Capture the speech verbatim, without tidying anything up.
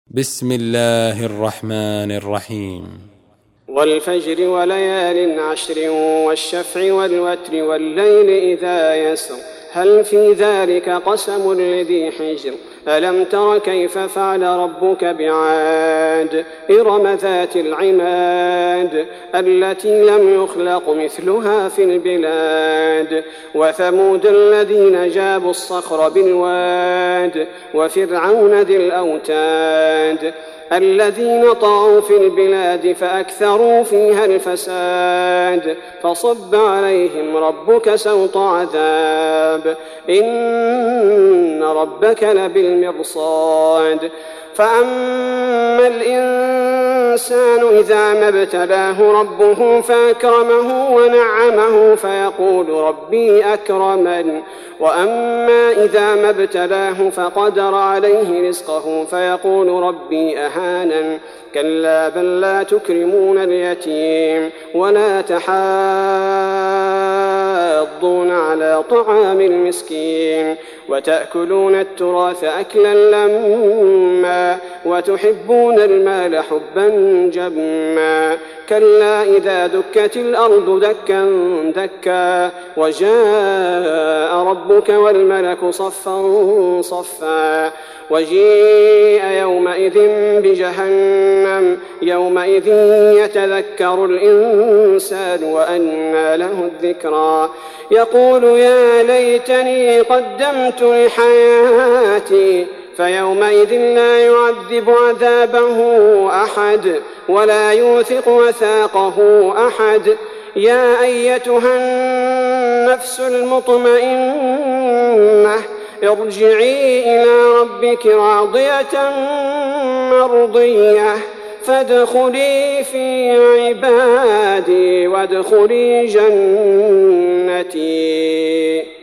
بسم الله الرحمن الرحيم. والفجر وليال عشر والشفع والوتر والليل إذا يسر هل في ذلك قسم لذي حجر ألم تر كيف فعل ربك بعاد إرم ذات العماد التي لم يخلق مثلها في البلاد وثمود الذين جابوا الصخر بالواد وفرعون ذي الأوتاد الذين طغوا في البلاد فأكثروا فيها الفساد فصب عليهم ربك سوط عذاب إن ربك لبالمرصاد فأما الإنسان إذا ما ابتلاه ربه فأكرمه ونعمه فيقول ربي أكرمن وأما إذا ما ابتلاه فقدر عليه رزقه فيقول ربي أهانن كلا بل لا تكرمون اليتيم ولا تحاضون على طعام المسكين وتأكلون التراث أكلا لما وتحبون المال حبا جما كلا إذا دكت الأرض دكا دكا وجاء ربك والملك صفا صفا وجيء يومئذ بجهنم يومئذ يتذكر الإنسان وأنى له الذكرى يقول يا ليتني قدمت لحياتي فيومئذ لا يعذب عذابه أحد ولا يوثق وثاقه أحد يا أيتها النفس المطمئنة ارجعي إلى ربك راضية مرضية فادخلي في عبادي وادخلي جنتي.